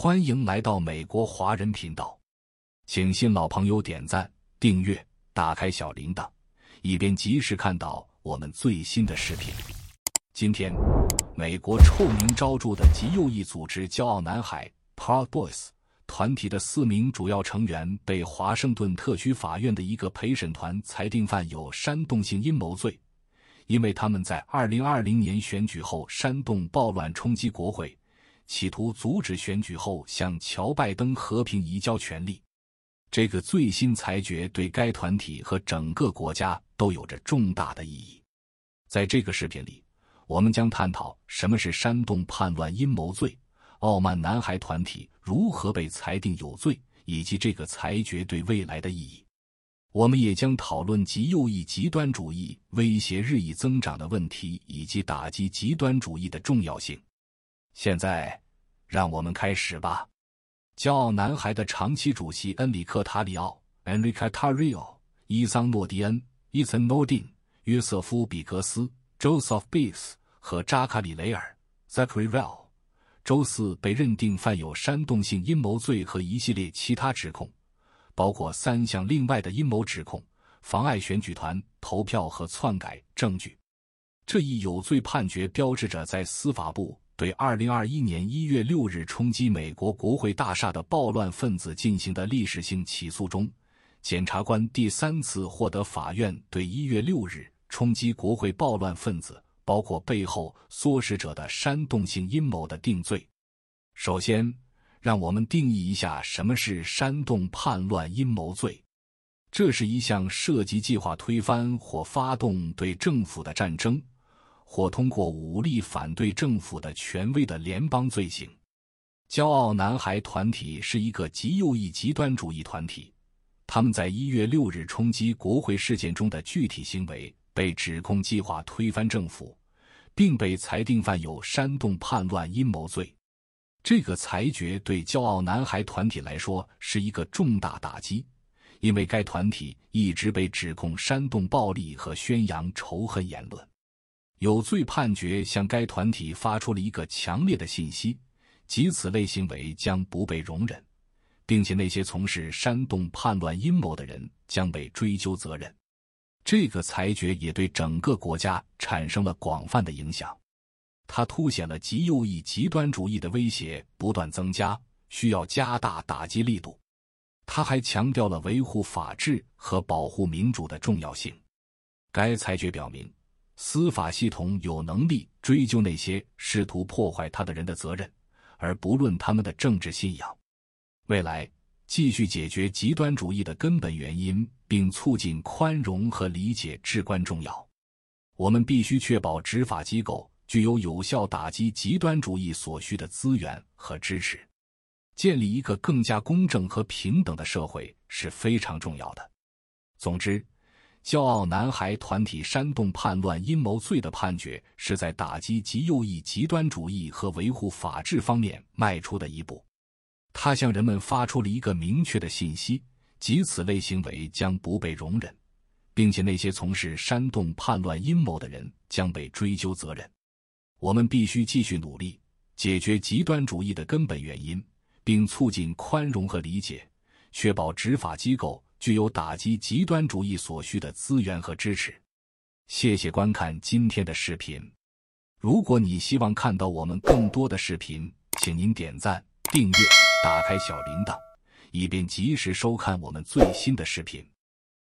欢迎来到美国华人频道，请新老朋友点赞、订阅、打开小铃铛，以便及时看到我们最新的视频。今天，美国臭名昭著的极右翼组织“骄傲男孩 ”（Proud Boys） 团体的4名主要成员被华盛顿特区法院的一个陪审团裁定犯有煽动性阴谋罪，因为他们在2020年选举后煽动暴乱冲击国会，企图阻止选举后向乔拜登和平移交权力。这个最新裁决对该团体和整个国家都有着重大的意义。在这个视频里，我们将探讨什么是煽动叛乱阴谋罪，傲慢男孩团体如何被裁定有罪，以及这个裁决对未来的意义。我们也将讨论极右翼极端主义威胁日益增长的问题，以及打击极端主义的重要性。现在，让我们开始吧。骄傲男孩的长期主席恩里克·塔里奥 （Enrique Tarrio）、伊桑·诺迪恩 （Ethan Nordin）、约瑟夫·比格斯 （Joseph Biggs） 和扎卡里·雷尔 （Zachary Rehl） 周四被认定犯有煽动性阴谋罪和一系列其他指控，包括3项另外的阴谋指控：妨碍选举团投票和篡改证据。这一有罪判决标志着在司法部对2021年1月6日冲击美国国会大厦的暴乱分子进行的历史性起诉中，检察官第3次获得法院对1月6日冲击国会暴乱分子，包括背后唆使者的煽动性阴谋的定罪。首先，让我们定义一下什么是煽动叛乱阴谋罪。这是一项涉及计划推翻或发动对政府的战争，或通过武力反对政府的权威的联邦罪行。骄傲男孩团体是一个极右翼极端主义团体，他们在1月6日冲击国会事件中的具体行为被指控计划推翻政府，并被裁定犯有煽动叛乱阴谋罪。这个裁决对骄傲男孩团体来说是一个重大打击，因为该团体一直被指控煽动暴力和宣扬仇恨言论。有罪判决向该团体发出了一个强烈的信息，即此类行为将不被容忍，并且那些从事煽动叛乱阴谋的人将被追究责任。这个裁决也对整个国家产生了广泛的影响，它凸显了极右翼极端主义的威胁不断增加，需要加大打击力度。它还强调了维护法治和保护民主的重要性。该裁决表明，司法系统有能力追究那些试图破坏它的人的责任，而不论他们的政治信仰。未来，继续解决极端主义的根本原因，并促进宽容和理解至关重要。我们必须确保执法机构具有有效打击极端主义所需的资源和支持。建立一个更加公正和平等的社会是非常重要的。总之，骄傲男孩团体煽动叛乱阴谋罪的判决是在打击极右翼极端主义和维护法治方面迈出的一步。它向人们发出了一个明确的信息，即此类行为将不被容忍，并且那些从事煽动叛乱阴谋的人将被追究责任。我们必须继续努力，解决极端主义的根本原因，并促进宽容和理解，确保执法机构具有打击极端主义所需的资源和支持。谢谢观看今天的视频。如果你希望看到我们更多的视频，请您点赞、订阅、打开小铃铛，以便及时收看我们最新的视频。